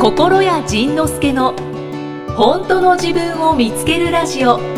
心谷仁之助の本当の自分を見つけるラジオ。 今日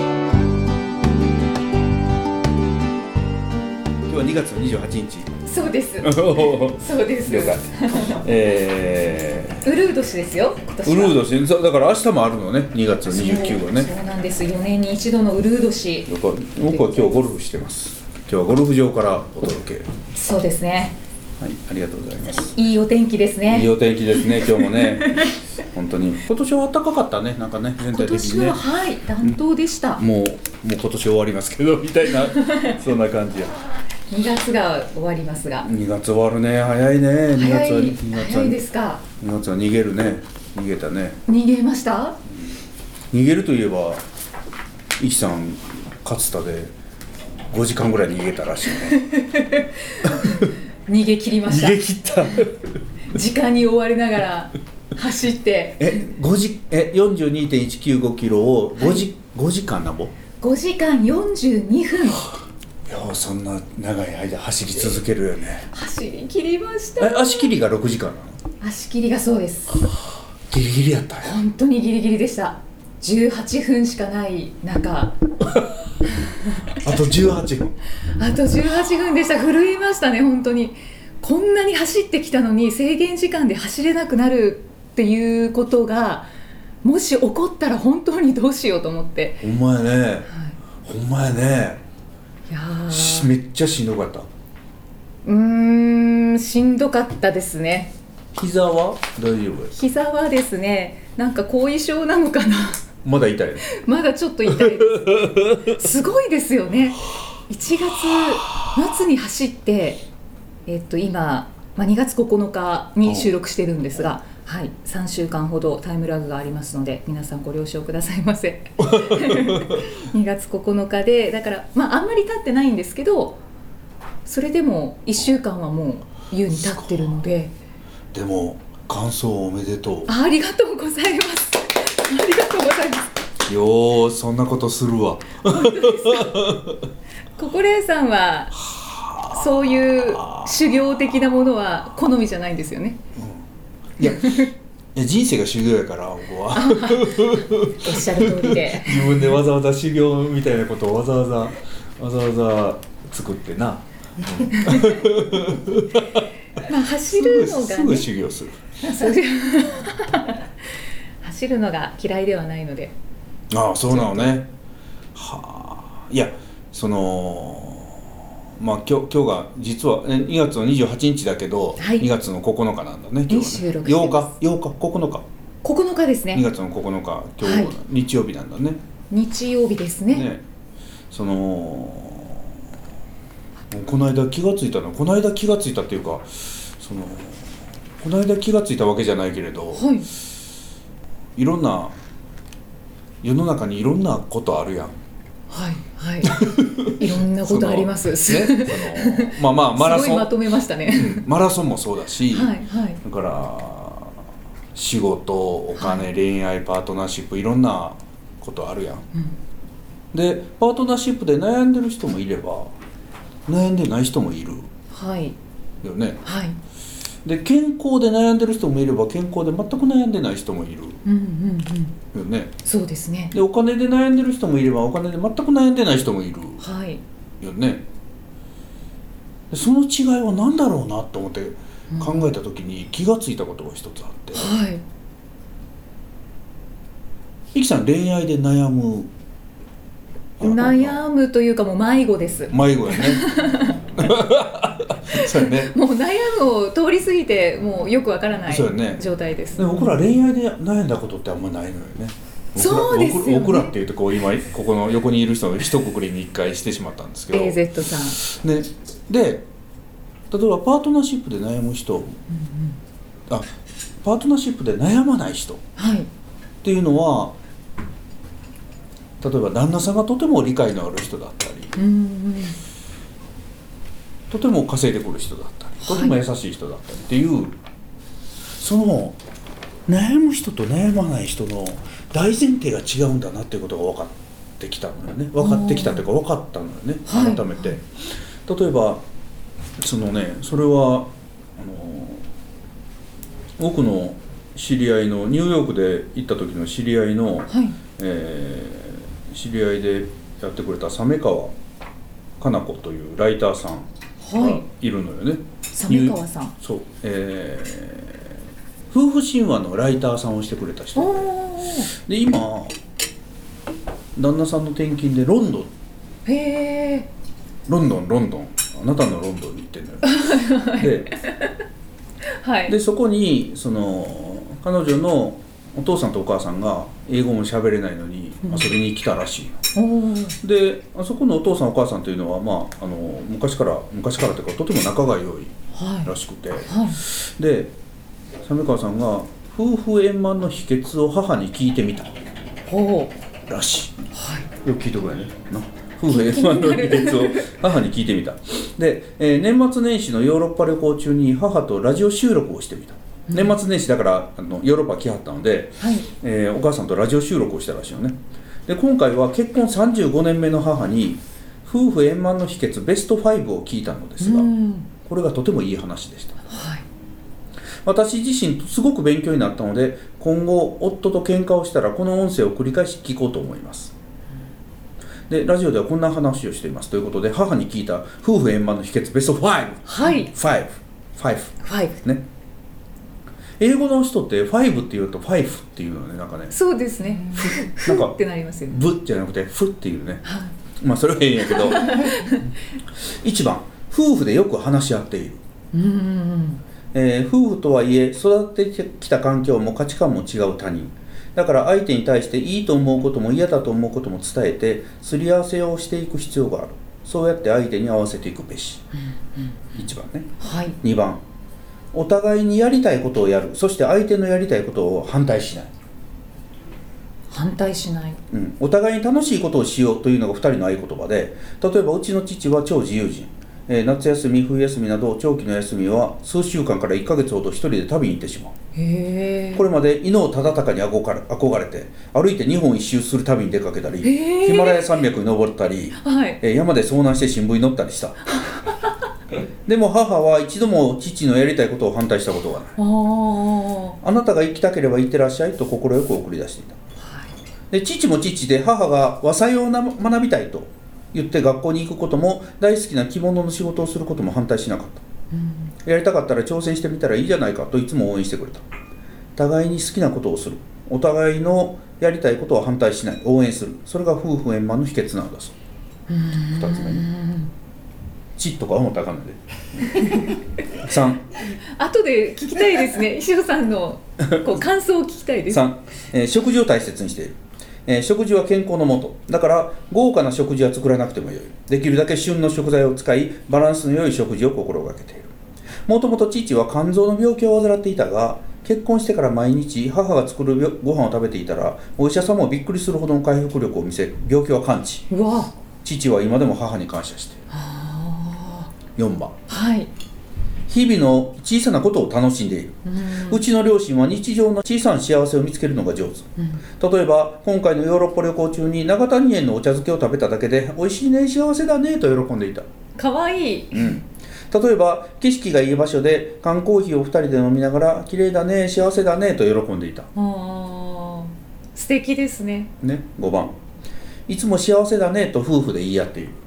は2月28日。 そうですそうです了解ウルー年ですよ、今年は。 ウルー年、だから明日もあるのね、2月29日ね。 そうなんです、4年に一度のウルー年。 僕は今日ゴルフしてます。今日はゴルフ場からお届け。 そうですね、 はい、ありがとうございます。 いいお天気ですね。 いいお天気ですね、今日もね本当に今年は暖かかったね、なんかね、全体的にね。 今年ははい暖冬でした。 もう今年終わりますけどみたいなそんな感じや。 2月が終わりますが。 2月終わるね、早いね。2月は早いですか。 2月は逃げるね、逃げたね。 逃げました。 逃げるといえば、イキさん勝田で5時間ぐらい逃げたらしいね逃げ切りました。 逃げ切った時間に追われながら走って 42.195 キロを5時間なんぼ 5時間42分。 ようそんな長い間走り続けるよね。 走り切りました。 足切りが6時間なの。 足切りがそうです。 ギリギリやったよ。 本当にギリギリでした。18分しかない中あと18分あと18分でした。震えましたね、本当に。こんなに走ってきたのに制限時間で走れなくなるっていうことがもし起こったら本当にどうしようと思って。 ほんまやね、はい、ほんまやね。 いやめっちゃしんどかった。 しんどかったですね。 膝は大丈夫です。 膝はですね、なんか後遺症なのかなまだ痛い。 まだちょっと痛いです。すごいですよね。1月末に走って、今、2月9日に収録してるんですが、はい、3週間ほどタイムラグがありますので皆さんご了承くださいませ2月9日で、だから、あんまり経ってないんですけど、それでも1週間はもう優に経ってるので。 でも感想おめでとう。 ありがとうございます。ありがとうございます。 よー、そんなことするわ。 本当ですか。心得さんはそういう修行的なものは好みじゃないんですよね。 いや人生が修行やから僕はおっしゃる通りで自分でわざわざ修行みたいなことをわざわざ作ってな走るのが、ね、 すぐ修行する走るのが嫌いではないので。 ああ、そうなのね。はあ、いや、その今日が実は2月の28日だけど、はい、2月の9日なんだね、今日はね。8日 9日ですね。 2月の9日、今日は日曜日なんだね。 日曜日ですね。 この間気がついたっていうか、この間気がついたわけじゃないけれど、はい、世の中にいろんなことあるやん。 はいはいいろんなことありますね。 マラソンすごいまとめましたね。 マラソンもそうだし、 はいはい、 だから仕事、お金、はい、恋愛、パートナーシップ、いろんなことあるやん、でパートナーシップで悩んでる人もいれば悩んでない人もいる、 はいよね、 はい、 で健康で悩んでる人もいれば健康で全く悩んでない人もいる、よね。 そうですね。 でお金で悩んでる人もいればお金で全く悩んでない人もいる、 はい、 よね。でその違いは何だろうなと思って考えた時に気がついたことが一つあって、 はい、 イキさん恋愛で悩むというかもう迷子です。 迷子やねそうやね。 もう悩むを通り過ぎてもうよくわからない状態です。 でも僕ら恋愛で悩んだことってあんまないのよね。 そうですよね。 僕らっていうと今ここの横にいる人の一括りに一回してしまったんですけど AZ さん、 ね、で例えばパートナーシップで悩む人、パートナーシップで悩まない人、はい、っていうのは例えば旦那さんがとても理解のある人だったり、とても稼いでくる人だったり、とても優しい人だったりっていう、その悩む人と悩まない人の大前提が違うんだなっていうことが分かってきたのよね。分かってきたというか分かったのよね、改めて。例えばそれは多くの知り合いのニューヨークで行った時の知り合いの、 はい、 知り合いでやってくれた鮫川かな子というライターさんがいるのよね。 鮫川さん、 そう、夫婦神話のライターさんをしてくれた人で、今旦那さんの転勤でロンドン、ロンドンあなたのロンドンに行ってんのよで、 はい、 でそこにその彼女のお父さんとお母さんが英語も喋れないのに遊びに来たらしいの、であそこのお父さんお母さんというのは、まあ、昔からというかとても仲が良いらしくて、で鮫川さんが夫婦円満の秘訣を母に聞いてみたらしい、よく聞いてくれねな、夫婦円満の秘訣を母に聞いてみた。で、年末年始のヨーロッパ旅行中に母とラジオ収録をしてみた。年末年始だからヨーロッパ来はったので、お母さんとラジオ収録をしたらしいよね。で今回は結婚35年目の母に夫婦円満の秘訣ベスト5を聞いたのですが、これがとてもいい話でした。私自身すごく勉強になったので、今後夫と喧嘩をしたらこの音声を繰り返し聞こうと思います。でラジオではこんな話をしていますということで、母に聞いた夫婦円満の秘訣ベスト5、5ね。英語の人って5って言うと5っていうのね、なんかね、 そうですね、 なんかってなりますよね。 ブじゃなくてフっていうね、まあそれはええんやけど1番、夫婦でよく話し合っている。夫婦とはいえ育ってきた環境も価値観も違う他人だから、相手に対していいと思うことも嫌だと思うことも伝えてすり合わせをしていく必要がある。そうやって相手に合わせていくべし。1番ね、2番、お互いにやりたいことをやる。そして相手のやりたいことを反対しない。お互いに楽しいことをしようというのが2人の合言葉で、例えばうちの父は超自由人、夏休み冬休みなど長期の休みは数週間から1ヶ月ほど一人で旅に行ってしまう。これまで伊能忠敬に憧れて歩いて日本一周する旅に出かけたり、ヒマラヤ山脈に登ったり、山で遭難して新聞に載ったりしたでも母は一度も父のやりたいことを反対したことがない。あなたが行きたければ行ってらっしゃいと快く送り出していた。で父も父で、母が和裁を学びたいと言って学校に行くことも大好きな着物の仕事をすることも反対しなかった、やりたかったら挑戦してみたらいいじゃないかといつも応援してくれた。互いに好きなことをする。お互いのやりたいことは反対しない、応援する。それが夫婦円満の秘訣なんだそう。2つ目ね、チッとか思ったらあかんので3、 後で聞きたいですね石尾さんの感想を聞きたいです。 3、食事を大切にしている。食事は健康のもとだから、豪華な食事は作らなくてもよい。できるだけ旬の食材を使いバランスの良い食事を心がけている。もともと父は肝臓の病気を患っていたが、結婚してから毎日母が作るご飯を食べていたら、お医者さんもびっくりするほどの回復力を見せ、病気は完治。父は今でも母に感謝している。4番、日々の小さなことを楽しんでいる。うちの両親は日常の小さな幸せを見つけるのが上手。例えば今回のヨーロッパ旅行中に長谷園のお茶漬けを食べただけで、おいしいね、幸せだねと喜んでいた。 かわいい。 例えば景色がいい場所で缶コーヒーを2人で飲みながら、綺麗だね、幸せだねと喜んでいた。 素敵ですね。 5番、いつも幸せだねと夫婦で言い合っている。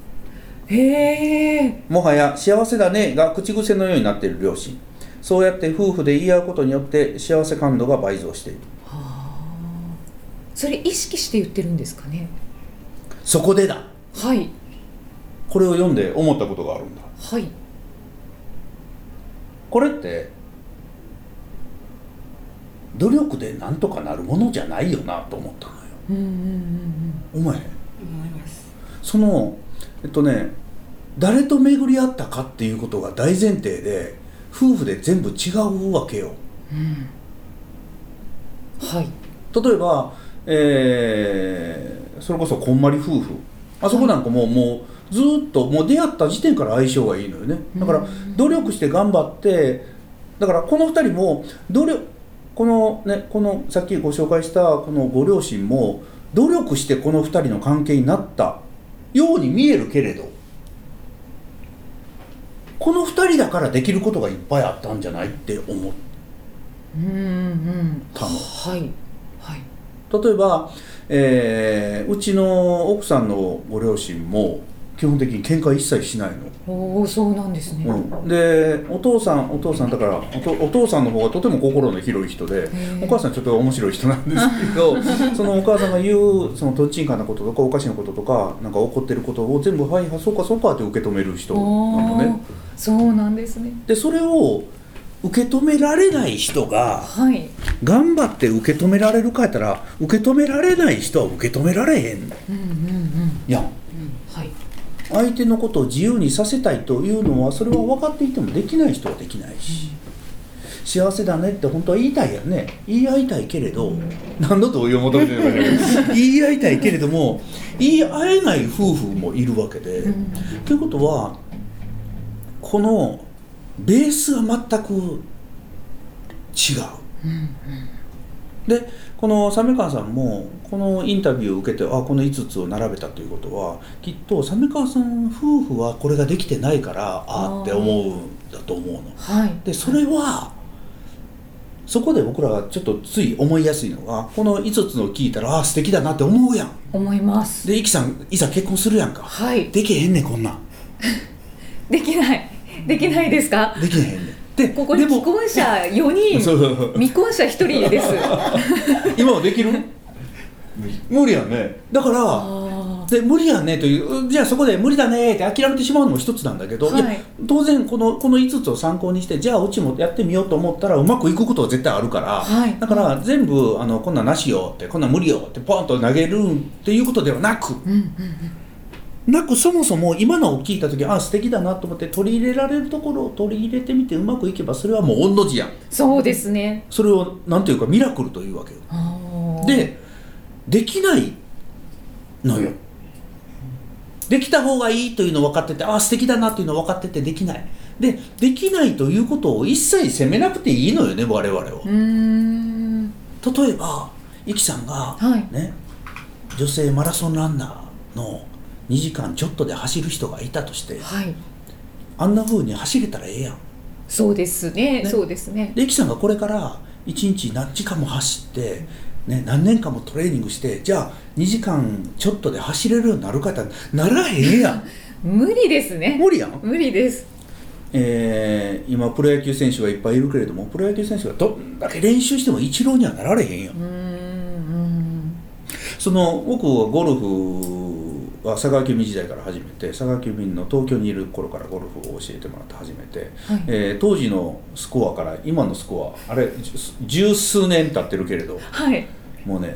もはや幸せだねが口癖のようになっている両親。そうやって夫婦で言い合うことによって幸せ感度が倍増している。 それ意識して言ってるんですかね。 そこでだ。これを読んで思ったことがあるんだ。これって努力でなんとかなるものじゃないよなと思ったのよ。思えへん？思います。その誰と巡り合ったかっていうことが大前提で、夫婦で全部違うわけよ。例えば、それこそこんまり夫婦、あそこなんかもうずっともう出会った時点から相性がいいのよね。だから努力して頑張って、だからこの2人もこのさっきご紹介したこのご両親も努力してこの2人の関係になったように見えるけれど、この2人だからできることがいっぱいあったんじゃないって思う。 うんうん多分。 はいはい例えば、うちの奥さんのご両親も基本的に喧嘩一切しないの。 おおそうなんですね、 でお父さんだからお父さんの方がとても心の広い人で、お母さんちょっと面白い人なんですけどそのお母さんが言うそのとんちんかんなこととかおかしなこととかなんか怒ってることを全部はいはいそうかそうかって受け止める人なのね。 そうなんですね。 でそれを受け止められない人がはい頑張って受け止められるかやったら受け止められない人は受け止められへんの、いやはい相手のことを自由にさせたいというのはそれは分かっていてもできない人はできないし、幸せだねって本当は言いたいやんね。言い合いたいけれど、何の同意を求めてるのかね言い合いたいけれども言い合えない夫婦もいるわけで、ということはこのベースが全く違う、でこの鮫川さんもこのインタビューを受けてこの5つを並べたということはきっと鮫川さん夫婦はこれができてないからって思うんだと思うの。でそれはそこで僕らがちょっとつい思いやすいのがこの5つの聞いたら素敵だなって思うやん。 思います。 でイキさんいざ結婚するやんか、できへんねんこんなんできないですか。 できへんねん。でここに既婚者4人未婚者1人です今はできる無理やね。だからで無理やねというじゃあそこで無理だねって諦めてしまうのも一つなんだけど、当然この5つを参考にしてじゃあうちもやってみようと思ったらうまくいくことは絶対あるから、だから全部こんなんなしよってこんなん無理よってポンと投げるっていうことではなく、そもそも今のを聞いた時素敵だなと思って取り入れられるところを取り入れてみてうまくいけばそれはもう御の字やん。 そうですね。 それをなんていうかミラクルというわけよ。できないのよ。できた方がいいというの分かってて素敵だなというの分かっててできない。できないということを一切責めなくていいのよね我々は。例えばイキさんが、ね、女性マラソンランナーの2時間ちょっとで走る人がいたとして、あんな風に走れたらええやん。 そうですね。そうですね。 でイキさんがこれから1日何時間も走って、何年間もトレーニングしてじゃあ2時間ちょっとで走れるようになるかってならへんやん無理ですね。 無理やん。 無理です。 今プロ野球選手がいっぱいいるけれどもプロ野球選手がどんだけ練習してもイチローにはなられへんやん。僕はゴルフは佐川急便時代から始めて佐川急便の東京にいる頃からゴルフを教えてもらって始めて、当時のスコアから今のスコア十数年経ってるけれど、もうね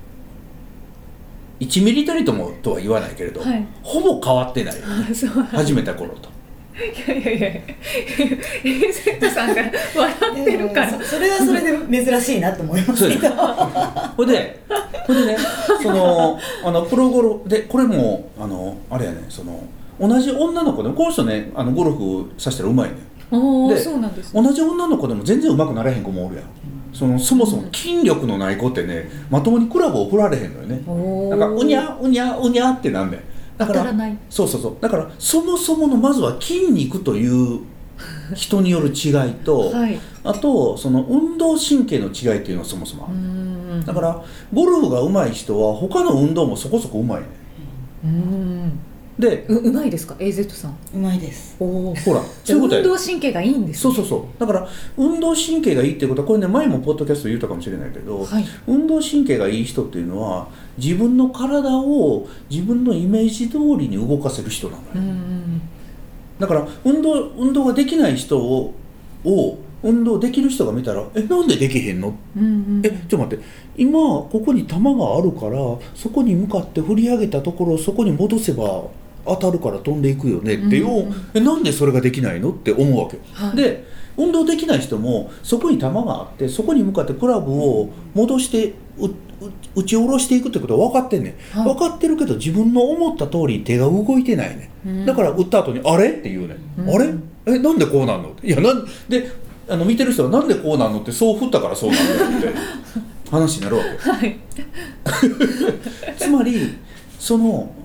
1ミリたりともとは言わないけれど、ほぼ変わってない、始めた頃と。 いや生徒さんが笑ってるからそれはそれで珍しいなと思いますけどほいでねプロゴルフでこれもあれやね同じ女の子でもこの人ねゴルフさせたらうまいねん。そうなんですね。 同じ女の子でも全然うまくなれへん子もおるやん。そもそも筋力のない子ってねまともにクラブを振られへんのよね。なんかうにゃうにゃうにゃってなんねん。だからそうだからそもそものまずは筋肉という人による違いと、あと運動神経の違いっていうのはそもそもある。だからゴルフが上手い人は他の運動もそこそこ上手いね。でうまいですか AZ さん。 うまいです。 ほらそういうことや。 運動神経がいいんですね。 そうだから運動神経がいいっていうことはこれね前もポッドキャストで言ったかもしれないけど、運動神経がいい人っていうのは自分の体を自分のイメージ通りに動かせる人なのよ。だから運動ができない人を運動できる人が見たらなんでできへんの、ちょっと待って今ここに球があるからそこに向かって振り上げたところをそこに戻せば当たるから飛んでいくよねっていう、なんでそれができないのって思うわけ、で運動できない人もそこに球があってそこに向かってクラブを戻して打ち下ろしていくってことは分かってんねん、分かってるけど自分の思った通り手が動いてないね、だから打った後にあれって言うね、あれなんでこうなんのって、いやなんで見てる人はなんでこうなんのってそう振ったからそうなんだよって話になるわけ、つまり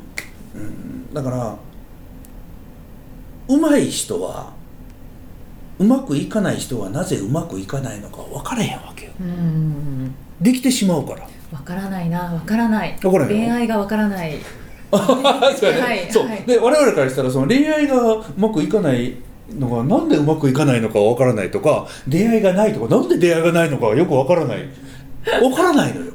だから上手い人はうまくいかない人はなぜうまくいかないのか分からへんわけよ。 うんできてしまうから。 わからないな、わからない。 わからない恋愛がわからない。 そうやね、 はいそう、 はい、 で我々からしたらその恋愛がうまくいかないのがなんでうまくいかないのかわからないとか、出会いがないとかなんで出会いがないのかよくわからないのよ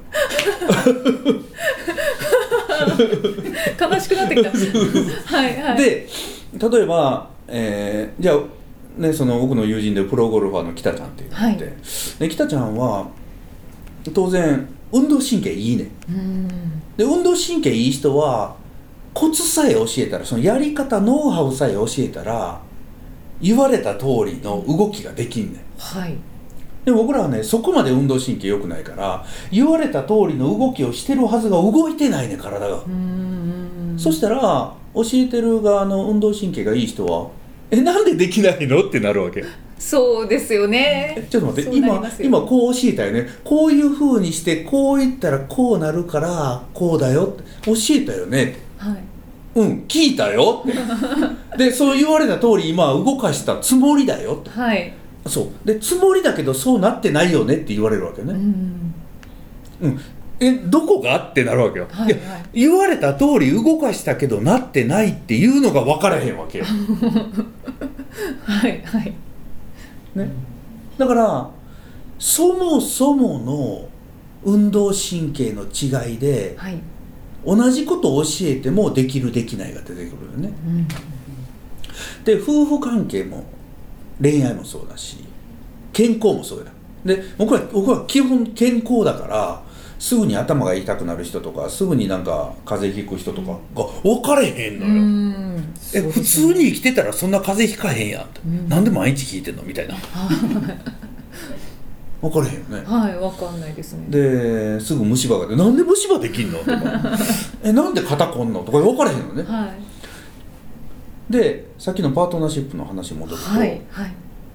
悲しくなってきたはいはい。 で例えば、じゃあね、その僕の友人でプロゴルファーの北ちゃんっていうのがいて、で北ちゃんは当然運動神経いいね。で運動神経いい人はコツさえ教えたら、そのやり方ノウハウさえ教えたら言われた通りの動きができんねん。 はい。 で僕らはねそこまで運動神経良くないから、言われた通りの動きをしてるはずが動いてないね体が。そしたら教えてる側の運動神経がいい人はなんでできないのってなるわけ。 そうですよね。 ちょっと待って、今こう教えたよね、こういう風にしてこう言ったらこうなるからこうだよって教えたよね。 はい。 聞いたよってでそう言われた通り今動かしたつもりだよって。 はい。 そうでつもりだけどそうなってないよねって言われるわけね。どこがってなるわけよ。 はいはい、 言われた通り動かしたけどなってないっていうのが分からへんわけよはいはいね、だからそもそもの運動神経の違いで、 はい、 同じことを教えてもできるできないが出てくるよね。で夫婦関係も恋愛もそうだし健康もそうだ。で僕は基本健康だからすぐに頭が痛くなる人とかすぐになんか風邪ひく人とかが分かれへんのよ。普通に生きてたらそんな風邪ひかへんやんって、なんで毎日聞いてんのみたいな分かれへんよね。 はい、分かんないですね。 ですぐ虫歯が出てなんで虫歯できんのとかなんで肩こんのとか分かれへんのね。 はい、 でさっきのパートナーシップの話に戻ると、 はいはい、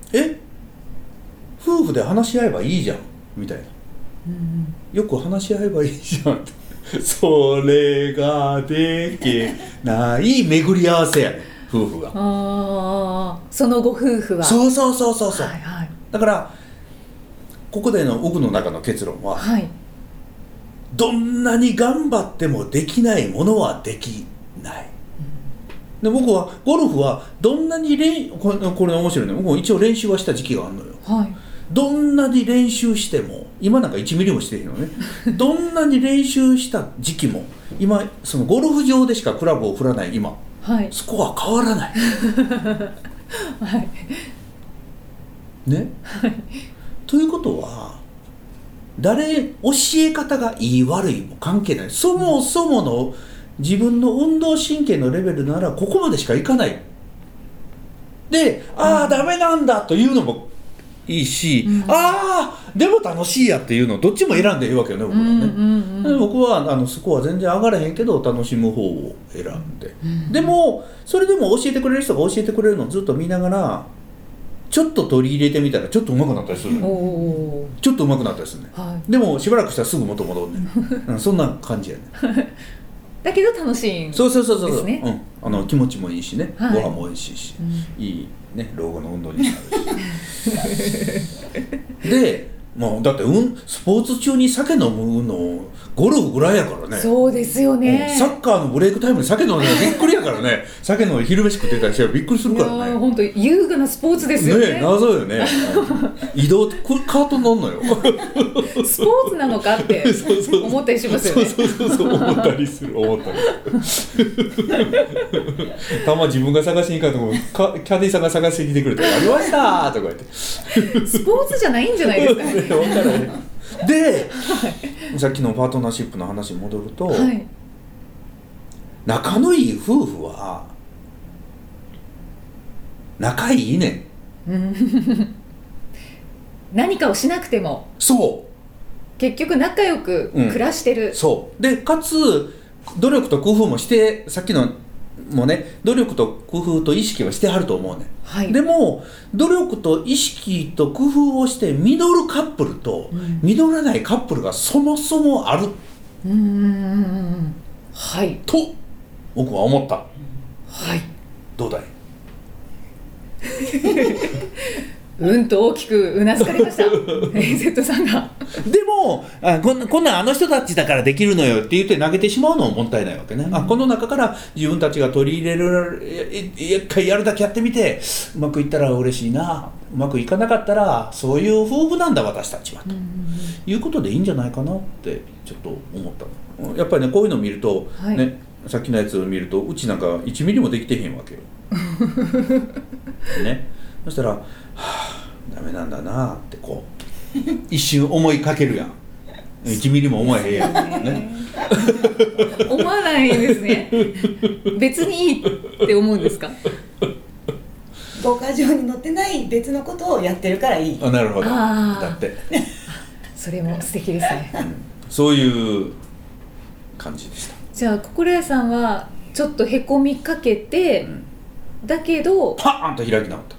夫婦で話し合えばいいじゃんみたいな、よく話し合えばいいじゃんってそれができない巡り合わせやね夫婦が。 そのご夫婦はそう、はいはい、だからここでの僕の中の結論は、はい、どんなに頑張ってもできないものはできない、で僕はゴルフはどんなにこれ面白いね。僕も一応練習はした時期があるのよ、はい、どんなに練習しても今なんか1ミリもしてへんのねどんなに練習した時期も今そのゴルフ場でしかクラブを振らない今、はい、スコア変わらないはいね、はい、ということは教え方がいい悪いも関係ない。そもそもの自分の運動神経のレベルならここまでしかいかないで、ダメなんだというのもいいし、でも楽しいやっていうのをどっちも選んでいいわけよね、僕はね。僕はスコア全然上がらへんけど楽しむ方を選んで、でもそれでも教えてくれる人が教えてくれるのをずっと見ながらちょっと取り入れてみたらちょっと上手くなったりするの。ちょっと上手くなったりするね、はい、でもしばらくしたらすぐ元戻るねそんな感じやねだけど楽しいんですね。 そう、気持ちもいいしね、はい、ご飯も美味しいし、いいね老後の運動になるしでもうだってスポーツ中に酒飲むのゴルフぐらいやからね。 そうですよね。 サッカーのブレイクタイムに酒飲んでびっくりやからね酒飲んで昼飯食ってたりしたらびっくりするからね。 本当優雅なスポーツですよね。 謎よね移動カート乗んのよスポーツなのかって思ったりしますよね。 そう思ったりするたま自分が探しに行かんとキャディーさんが探してきてくれてありましたとか言ってスポーツじゃないんじゃないですかねで、さっきのパートナーシップの話に戻ると、はい、仲のいい夫婦は仲いいねん何かをしなくてもそう結局仲良く暮らしてる、 そうでかつ努力と工夫もしてさっきのもうね努力と工夫と意識はしてはると思うね、はい、でも努力と意識と工夫をして実るカップルと、実らないカップルがそもそもあるはいと僕は思った。 はいどうだいうんと大きくうなずかれました。Z さんが。 でもこんなんあの人たちだからできるのよって言って投げてしまうのももったいないわけね、この中から自分たちが取り入れる、一回やるだけやってみてうまくいったら嬉しいな、うまくいかなかったらそういう夫婦なんだ私たちはということでいいんじゃないかなってちょっと思ったの。やっぱりねこういうのを見ると、 はいね、さっきのやつを見るとうちなんか1ミリもできてへんわけよね、そしたら、はあ、ダメなんだなってこう一瞬思いかけるやん。1ミリも思えへんやん、ね、 思わないですね。別にいいって思うんですか。 5か条に載ってない別のことをやってるからいい。 あ、なるほど。 あーだってそれも素敵ですね。 そういう感じでした。 じゃあ心屋さんはちょっとへこみかけて、だけどパーンと開き直った。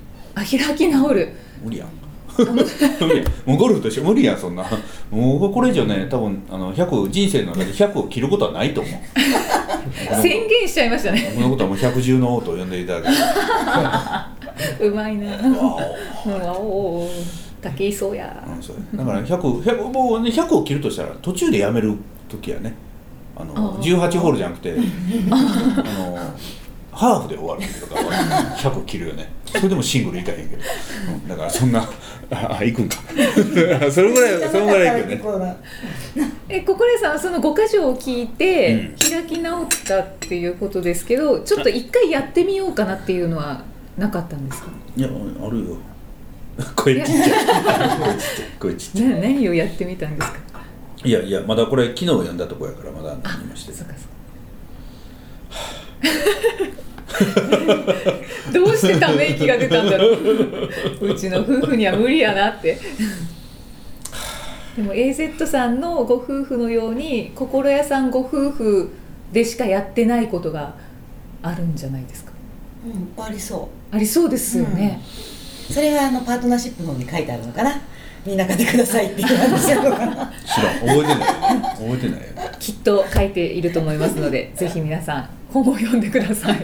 開き直る。 無理やん無理やん、もうゴルフとして無理やん、そんな。もうこれ以上ね、多分100人生の中で100を切ることはないと思う宣言しちゃいましたね。 このことはもう110の王と呼んでいただけうまいな。わお竹井壮や。 そうだから100もうね、100を切るとしたら途中でやめる時やね、18ホールじゃなくてハーフで終わるとか100切るよね。それでもシングルいかへんけど、だからそんな行くんかそれぐらい行くよね。 心屋さんはその5か条を聞いて、開き直ったっていうことですけど、ちょっと一回やってみようかなっていうのはなかったんですか。 いや、あるよ。声ちっちゃい声ちっちゃい。 何をやってみたんですか。 いやまだこれ昨日読んだとこやからまだ何もしてない。 そうかどうしてため息が出たんだろう。うちの夫婦には無理やなってでも AZ さんのご夫婦のように心屋さんご夫婦でしかやってないことがあるんじゃないですか。 ありそう。 ありそうですよね、 それはパートナーシップの方に書いてあるのかな。みんな買ってくださいっていう話なのかな。 知らん、覚えてないよ。 きっと書いていると思いますのでぜひ皆さん本を読んでください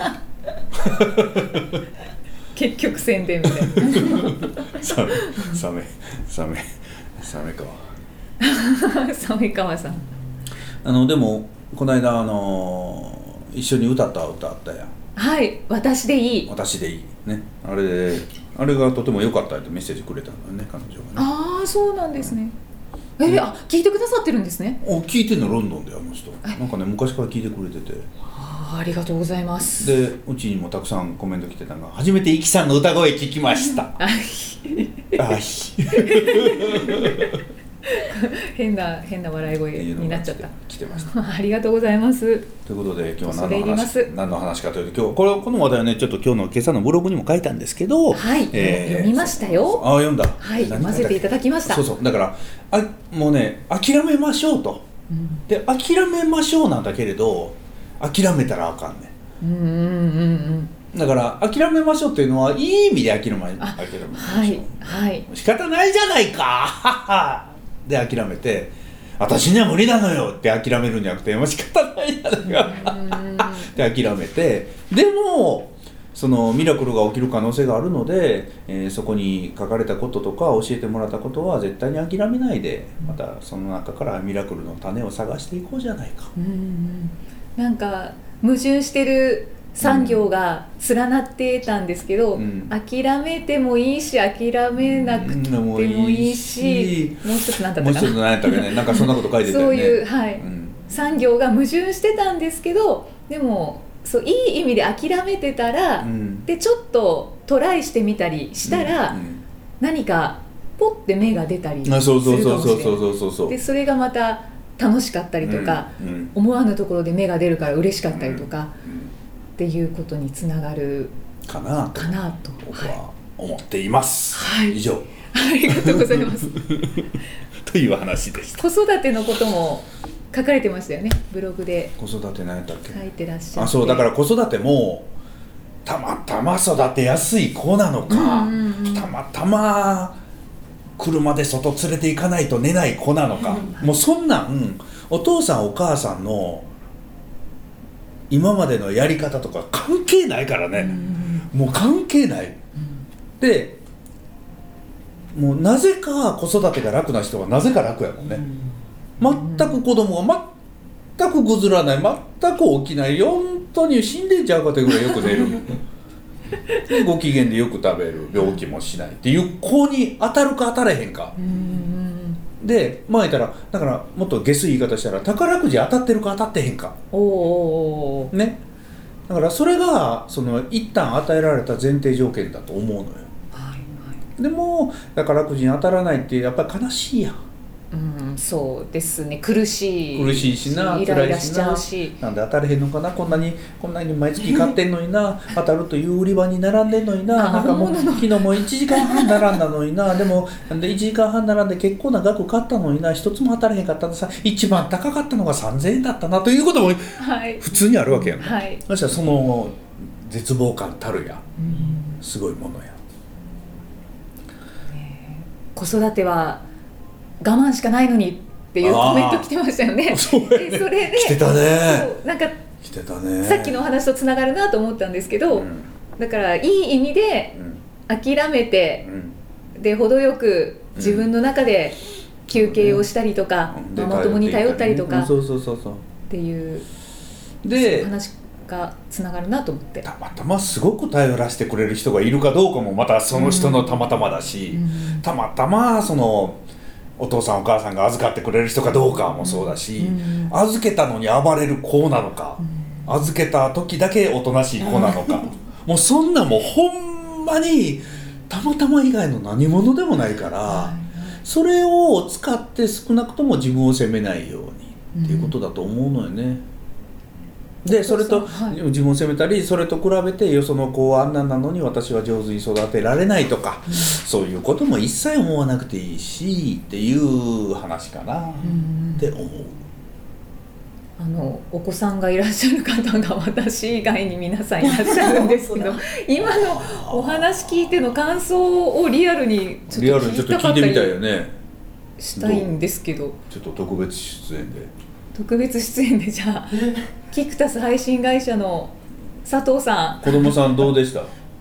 結局宣伝みたいなサメか鮫川さん。 でもこの間一緒に歌った歌あったやん。 はい、私でいい。 私でいいね。あれがとても良かったってメッセージくれたのね、彼女がね。 ああ、そうなんですね。聞いてくださってるんですね。 聞いてんのロンドンで、あの人なんかね、昔から聞いてくれてて、 ありがとうございます。 でうちにもたくさんコメント来てたのが、初めてイキさんの歌声聞きました変な笑い声になっちゃった。 来てましたありがとうございます。 ということで今日は何の話かというと、この話題はね、ちょっも今朝のブログにも書いたんですけど、 はい、読みましたよ。 読んだ。 はい、読ませていただきました。 そうだからもうね、諦めましょうと、で諦めましょうなんだけれど諦めたらあかんね。だから諦めましょうっていうのはいい意味で諦めましょう。 はい、 仕方ないじゃないかで諦めて、私には無理なのよって諦めるんじゃなくて、仕方ないじゃないかって諦めて、でもそのミラクルが起きる可能性があるので、そこに書かれたこととか教えてもらったことは絶対に諦めないで、またその中からミラクルの種を探していこうじゃないか。 なんか矛盾してる産業が連なってたんですけど、諦めてもいいし諦めなくてもいいし、もう一つ何だったかな、 何やったっけね、なんかそんなこと書いてたよね。 そういう、産業が矛盾してたんですけど、でもそういい意味で諦めてたら、でちょっとトライしてみたりしたら、何かポッて芽が出たりするかもしれない。でそれがまた楽しかったりとか、思わぬところで芽が出るから嬉しかったりとか、っていうことにつながるかなと僕は思っています。以上。 ありがとうございますという話でした。 子育てのことも書かれてましたよね、ブログで。 子育て何やったっけ、 書いてらっしゃって。 そうだから子育てもたまたま育てやすい子なのか、たまたま車で外連れて行かないと寝ない子なのか、もうそんなんお父さんお母さんの今までのやり方とか関係ないからね、もう関係ない、でもうなぜか子育てが楽な人はなぜか楽やもんね、全く子供が全くぐずらない、全く起きない、本当に死んでんちゃうかというぐらいよく寝るでご機嫌でよく食べる、病気もしないっていう子に当たるか当たれへんか、で言ったらだからもっと下水言い方したら宝くじ当たってるか当たってへんかね、だからそれがその一旦与えられた前提条件だと思うのよ、でも宝くじに当たらないってやっぱり悲しいやん、 そうですね、苦しいしな、 イライラしちゃうし、 なんで当たれへんのかな、こんなに毎月買ってんのにな当たるという売り場に並んでんのにな、なんかもう昨日も1時間半並んだのにな、でも1時間半並んで結構な額買ったのにな、一つも当たれへんかったのさ、一番高かったのが3000円だったなということも普通にあるわけやん、そしたらその絶望感たるや、すごいものや。 子育ては我慢しかないのにっていうコメント来てましたよね。 そうやね、 それで来てたね、 なんか来てたね、 さっきのお話とつながるなと思ったんですけど、だからいい意味で諦めて、で程よく自分の中で休憩をしたりとか、ママ友に頼ったりとかっていうで話がつながるなと思って、 たまたますごく頼らせてくれる人がいるかどうかもまたその人のたまたまだし、たまたまそのお父さんお母さんが預かってくれる人かどうかもそうだし、預けたのに暴れる子なのか、預けた時だけおとなしい子なのか、もうそんなもうほんまにたまたま以外の何者でもないから、それを使って少なくとも自分を責めないようにっていうことだと思うのよね。でそれと自分を責めたり、それと比べてよその子はあんななのに私は上手に育てられないとか、そういうことも一切思わなくていいしっていう話かなって思う。 お子さんがいらっしゃる方が私以外に皆さんいらっしゃるんですけど今のお話聞いての感想をリアルにちょっと聞いてみたいね、したいんですけど、 ちょっと特別出演でじゃあキクタス配信会社の佐藤さん、 子供さんどうでした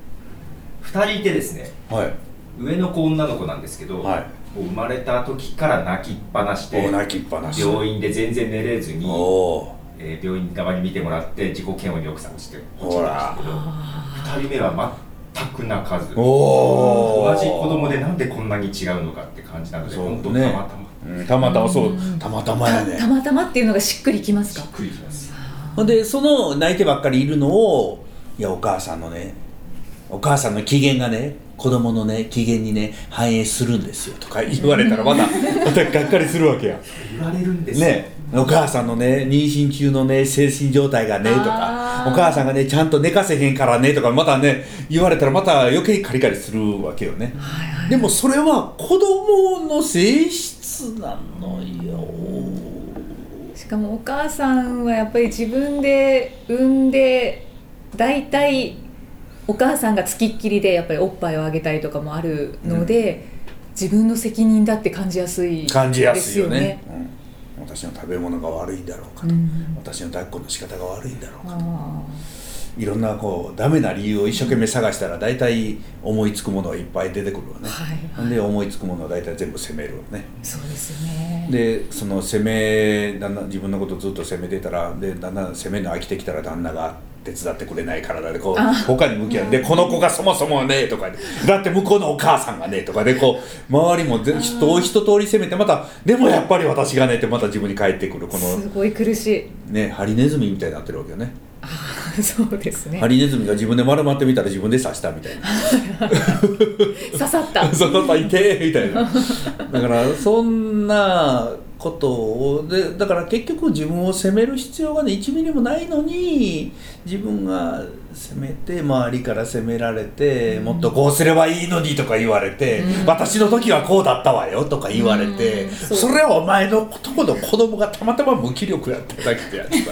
2人いてですね、上の子女の子なんですけど、生まれた時から泣きっぱなしで、病院で全然寝れずに、病院側に見てもらって自己嫌悪に奥さん落ちてましたけど、2人目は全く泣かず、同じ子供でなんでこんなに違うのかって感じなので、本当たまたま、 たまたま、そうたまたまやね、 たまたまっていうのがしっくりきますか？ しっくりきます。 でその泣いてばっかりいるのを、いやお母さんの機嫌がね、子供のね機嫌にね反映するんですよとか言われたらまたがっかりするわけや。 言われるんですよね、お母さんのね妊娠中のね精神状態がねとか、お母さんがねちゃんと寝かせへんからねとかまたね言われたらまた余計カリカリするわけよね、でもそれは子供の性質なのよ。 しかもお母さんはやっぱり自分で産んで、だいたいお母さんがつきっきりでやっぱりおっぱいをあげたりとかもあるので、自分の責任だって感じやすいですよね。 私の食べ物が悪いんだろうかと、私の抱っこの仕方が悪いんだろうかと、いろんなダメな理由を一生懸命探したら大体思いつくものがいっぱい出てくるわね、で思いつくものは大体全部責めるわね。 そうですよね。 でその自分のことをずっと責めてたら、でだんだん責めるの飽きてきたら旦那が手伝ってくれないからだで他に向き合うで、この子がそもそもねとかで、だって向こうのお母さんがねとかで周りも人を一通り責めて、またでもやっぱり私がねってまた自分に返ってくる、このすごい苦しいね、ハリネズミみたいになってるわけよね。 そうですね。 ハリネズミが自分で丸まってみたら自分で刺したみたいな刺さったその痛いみたいなだからそんなことをで、だから結局自分を責める必要がね1ミリもないのに、自分が責めて周りから責められて、もっとこうすればいいのにとか言われて、私の時はこうだったわよとか言われて、それはお前のとこの子供がたまたま無気力やっただけでやって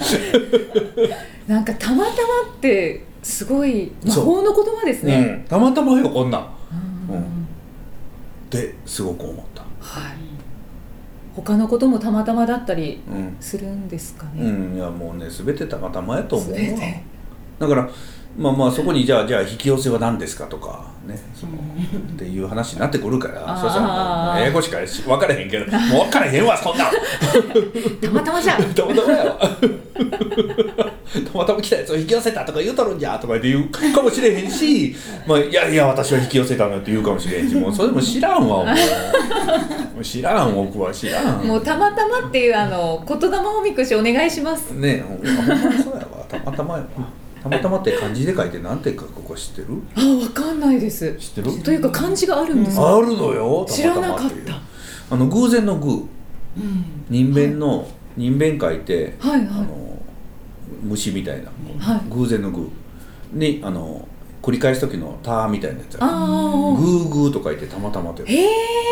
なんかたまたまってすごい魔法の言葉ですね、 たまたまよこんなん、ってすごく思った。 他のこともたまたまだったりするんですかね。 いやもうね全てたまたまやと思うわ。だからまあそこにじゃあ引き寄せは何ですかとかね、っていう話になってくるから、そしたらもう英語しか分からへんけど、もう分からへんわそんなたまたまじゃんたまたまやわたまたま来たやつを引き寄せたとか言うとるんじゃとか言うかもしれへんし、いや私は引き寄せたのって言うかもしれへんし、もうそれも知らんわもう知らん、僕は知らん。 もうたまたまっていう言霊おみくじお願いしますね。ほんまにそうやわ、たまたまやわ。たまたまって漢字で書いてなんて書くか知ってる？ わかんないです。 知ってる？ というか漢字があるんですか？ あるのよ。 知らなかった。 偶然の偶、人弁の人弁書いて、虫みたいな、偶然の偶に繰り返す時のターみたいなやつ。グーグーと書いてたまたまって。 へ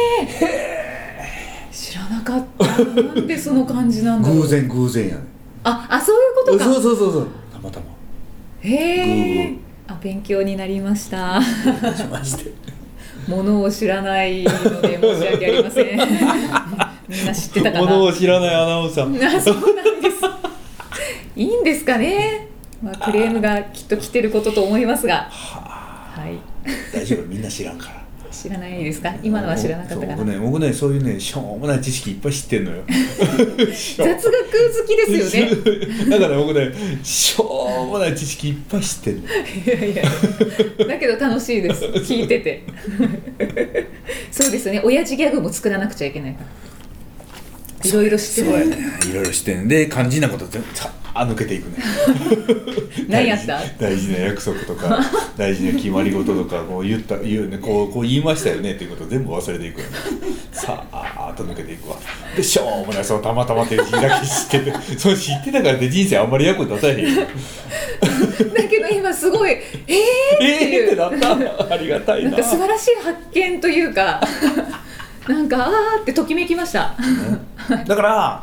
え。知らなかった。なんでその漢字なんだろう。 偶然やね。 そういうことか。 そうたまたま。 へえ。勉強になりました。ものを知らないので申し訳ありません。みんな知ってたかな。 ものを知らないアナウンサー。 そうなんです。いいんですかね。クレームがきっと来てることと思いますが。はい。 大丈夫、みんな知らんから。 知らないですか？今のは知らなかったかな。 僕ねそういうねしょうもない知識いっぱい知ってんのよ。 雑学好きですよね。 だから僕ねしょうもない知識いっぱい知ってんの。 いやだけど楽しいです。聞いてて。そうですよね。親父ギャグも作らなくちゃいけないから。いろいろ知ってる。 そうやね。いろいろ知ってんで肝心なこと全部抜けていくね。 何やった？ 大事な約束とか大事な決まり事とかこう言うね、こう言いましたよねっていうことを全部忘れていくよね。さあと抜けていくわ。でしょうもないそのたまたまって字だけ知ってて、それ知ってたからって人生あんまり役に立たへん。 だけど今すごいっていうってなった。ありがたいな。 なんか素晴らしい発見というかなんかってときめきました。 だから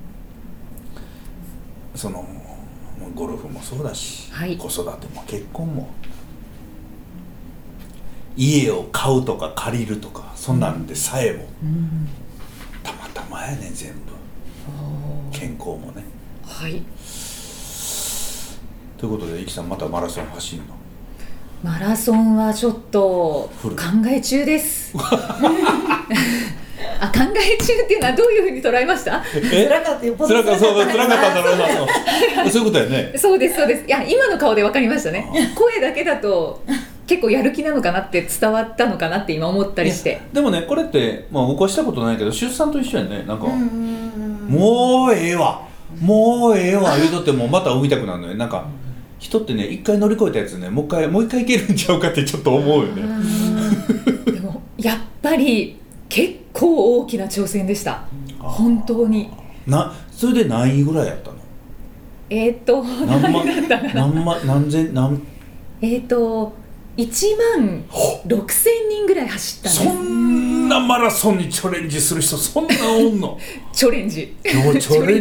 ゴルフもそうだし、子育ても結婚も家を買うとか借りるとかそんなんでさえも、たまたまやねん全部。健康もね。 はい。 ということで、イキさんまたマラソン走るの？ マラソンはちょっと考え中です。考え中っていうのはどういうふうに捉えました？ 辛かったよ。 辛かったんだろうな。そういうことやね。 そうです。いや今の顔で分かりましたね。声だけだと結構やる気なのかなって伝わったのかなって今思ったりして。 でもねこれって、僕はしたことないけど出産と一緒やね。なんかもうええわ言うとってもまた産みたくなるのよ。なんか人ってね一回乗り越えたやつねもう一回いけるんちゃうかってちょっと思うよね。 でもやっぱり結構大きな挑戦でした。本当に。 それで何位ぐらいやったの？ 1万6000人ぐらい走ったんです。 そんなマラソンにチャレンジする人そんなおんの？ チャレンジする人。 チョレ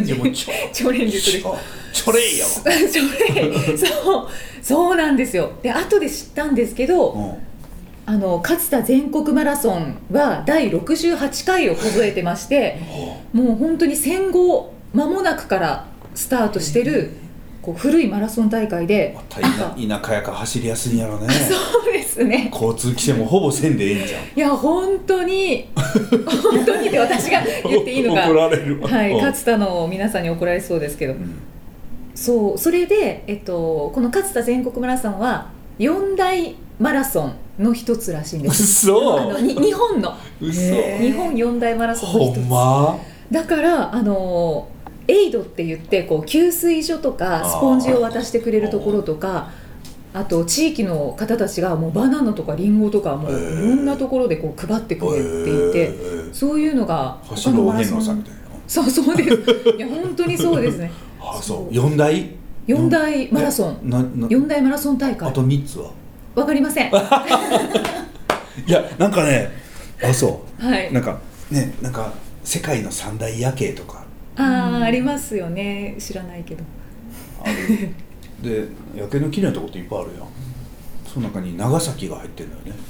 イやわ。 そうなんですよ。で後で知ったんですけど、勝田全国マラソンは第68回を数えてまして、もう本当に戦後間もなくからスタートしてる古いマラソン大会で、 田舎やから走りやすいんやろね。 そうですね。 交通規制もほぼせんでええんじゃん。 いや本当にで私が言っていいのか怒られるわ。 はい、勝田の皆さんに怒られそうですけど、それで、この勝田全国マラソンは4大マラソンの一つらしいんです。 嘘。 日本の日本4大マラソンの一つ。 ほんま？ だからエイドって言って給水所とかスポンジを渡してくれるところとか、あと地域の方たちがもうバナナとかリンゴとかもういろんなところで配ってくれって言って、そういうのが他のマラソンさんみたいな。 そうです。いや本当にそうですね。 そう4大マラソン4大マラソン大会。 あと3つはわかりません。いやなんかねはい、 なんか世界の3大夜景とかありますよね。知らないけどで夜景の綺麗なとこっていっぱいあるやん。その中に長崎が入ってるんだよね。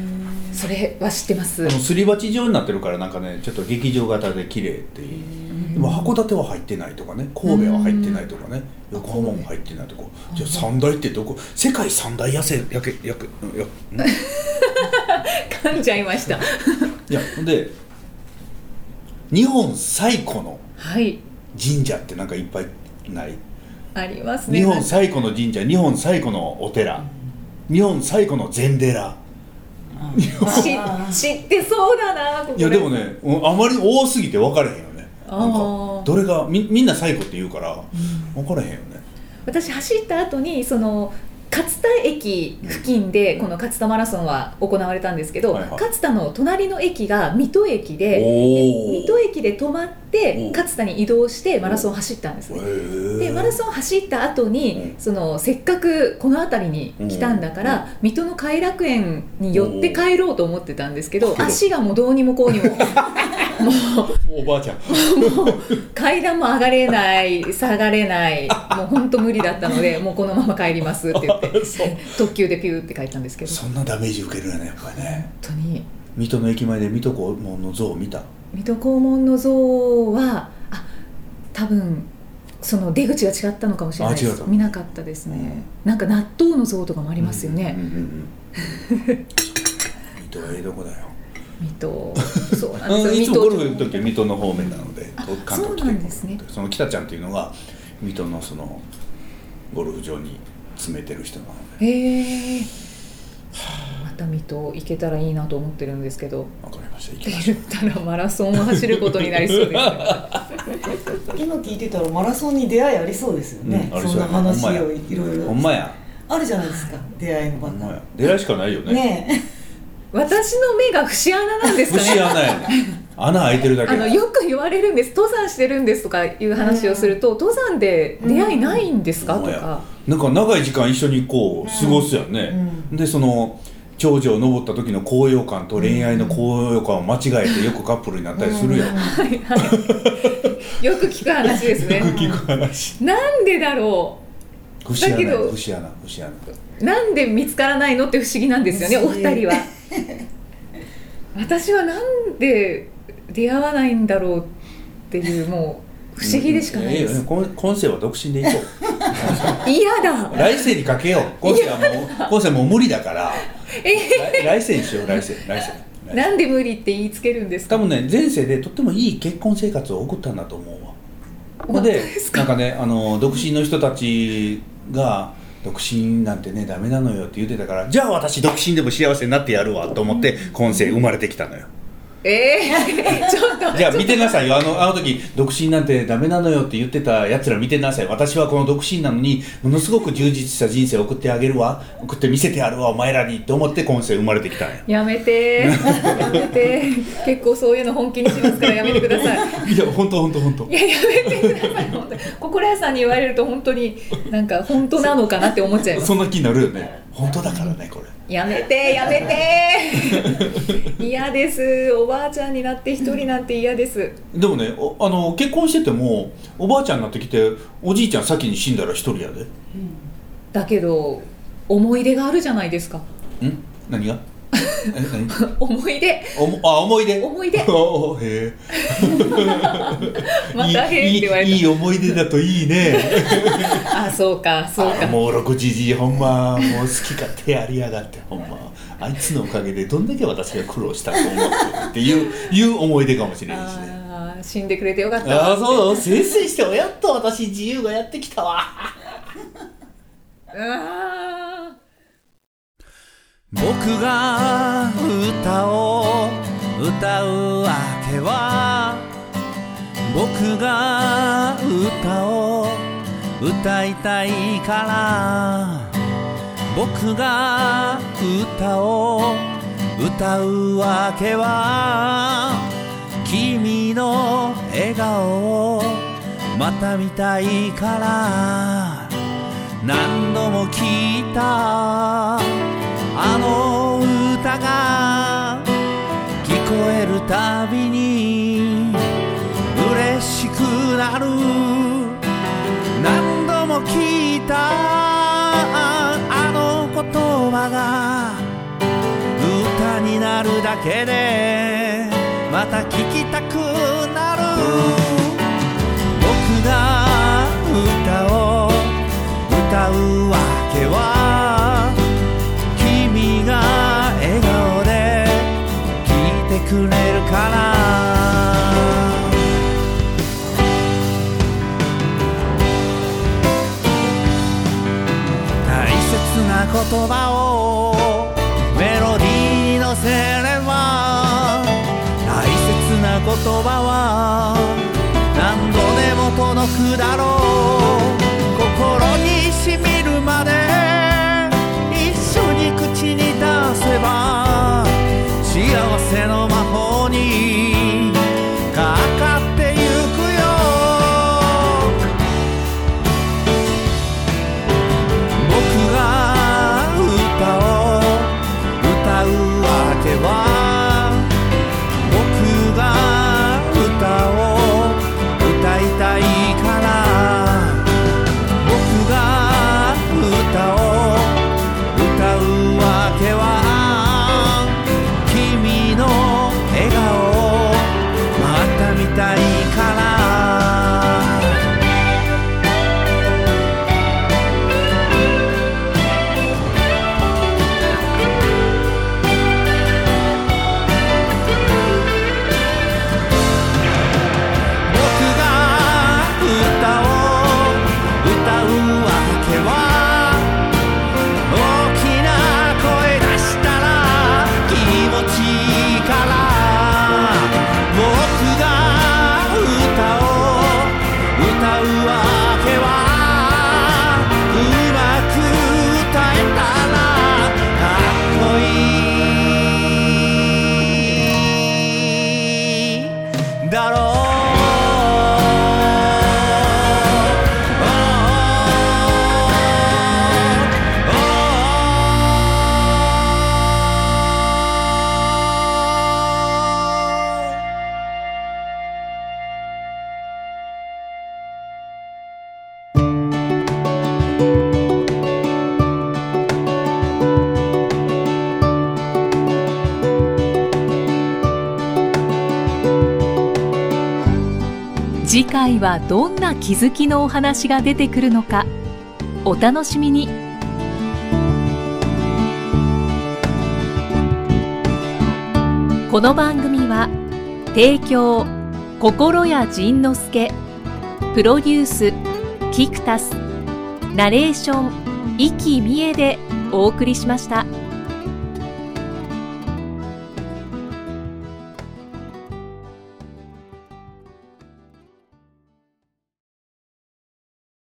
それは知ってます。 すり鉢状になってるからなんかねちょっと劇場型で綺麗っていう。 今函館は入ってないとかね、神戸は入ってないとかね、横浜も入ってないとか、じゃあ三大ってどこ？世界三大噛んじゃいましたいやで日本最古の神社ってなんかいっぱいない？ ありますね。 日本最古の神社、日本最古のお寺、日本最古の禅寺。 知ってそうだな。ここいやでもね、あまり多すぎて分からへんよね。なんかどれがみんな最古って言うから分からへんよね。 私走った後にその勝田駅付近でこの勝田マラソンは行われたんですけど、勝田の隣の駅が水戸駅で、水戸駅で止まって勝田に移動してマラソンを走ったんですね。でマラソンを走った後にそのせっかくこの辺りに来たんだから水戸の偕楽園に寄って帰ろうと思ってたんですけど、足がもうどうにもこうにももうおばあちゃんもう階段も上がれない下がれない、もう本当無理だったのでもうこのまま帰りますって言って特急でピューって帰ったんですけど、 そんなダメージ受けるよねやっぱりね。 本当に水戸の駅前で水戸黄門の像を見た？ 水戸黄門の像は多分その出口が違ったのかもしれないです。見なかったですね。なんか納豆の像とかもありますよね。 水戸は江戸だよ。 水戸、そうなんですよ。 いつもゴルフの時は水戸の方面なので、関東来てる。 そうなんですね。 その北ちゃんっていうのが水戸のそのゴルフ場に詰めてる人なので。 へー。また水戸行けたらいいなと思ってるんですけど。 わかりました。行きましょう。 言ったらマラソンを走ることになりそうですね。 今聞いてたらマラソンに出会いありそうですよね。そんな話をいろいろ。 ほんまや。 あるじゃないですか。出会いの場が。 出会いしかないよね。 ねえ。 私の目が節穴なんですかね。 節穴やね。穴開いてるだけ。 よく言われるんです。登山してるんですとかいう話をすると、登山で出会いないんですか、とか。 なんか長い時間一緒にこう過ごすやんね。でその頂上を登った時の高揚感と恋愛の高揚感を間違えてよくカップルになったりするやん。 はいはい。よく聞く話ですね。 よく聞く話。 なんでだろう。 節穴。 だけど節穴。 なんで見つからないのって不思議なんですよね、お二人は。私はなんで出会わないんだろうっていうもう不思議でしかないです。 今世は独身でいこう。嫌だ。 来世にかけよう。今世はもう無理だから。来世にしよう。来世。 なんで無理って言いつけるんですか。 多分ね、前世でとってもいい結婚生活を送ったんだと思うわ。でなんかね、独身の人たちが独身なんてねダメなのよって言ってたから、じゃあ私独身でも幸せになってやるわと思って今世生まれてきたのよ。 ちょっとじゃあ見てなさいよ。あの時独身なんてダメなのよって言ってたやつら見てなさい。私はこの独身なのにものすごく充実した人生を送ってあげるわ、送って見せてやるわお前らにって思って今世生まれてきたんや。 やめてやめて。結構そういうの本気にしますからやめてください。 いや本当。 いややめてください。本当に心屋さんに言われると本当になんか本当なのかなって思っちゃいます。 そんな気になるよね。本当だからねこれ。 やめて嫌です。おばあちゃんになって一人なんて嫌です。 でもね、結婚しててもおばあちゃんになってきておじいちゃん先に死んだら一人やで。 だけど思い出があるじゃないですか。 何が思い出。 思い出。 へまたへって言われた。 いい思い出だといいね。 そうか。 もう6時ほんまもう好き勝手やりやがってほんまあいつのおかげでどんだけ私が苦労したと思ってるっていう思い出かもしれないしね。 死んでくれてよかったわ。 そうせいせいしてやっと私自由がやってきたわ。僕が歌を歌うわけは、僕が歌を歌いたいから、僕が歌を歌うわけは、君の笑顔をまた見たいから、何度も聞いたあの歌が聞こえるたびに嬉しくなる。何度も聞いたあの言葉が歌になるだけでまた聞きたくなる。 歌うわけは君が笑顔で聞いてくれるから大切な言葉をメロディーに乗せれば大切な言葉は何度でも届くだろう心にしみるまで一緒に口に出せば幸せの魔法にかかってゆくよ僕が歌を歌うわけは僕が歌を歌いたいから僕が歌を歌うわけは君の笑顔をまた見たいから次回はどんな気づきのお話が出てくるのかお楽しみに。この番組は提供心谷仁之助、プロデュースキクタス、ナレーション生きみえでお送りしました。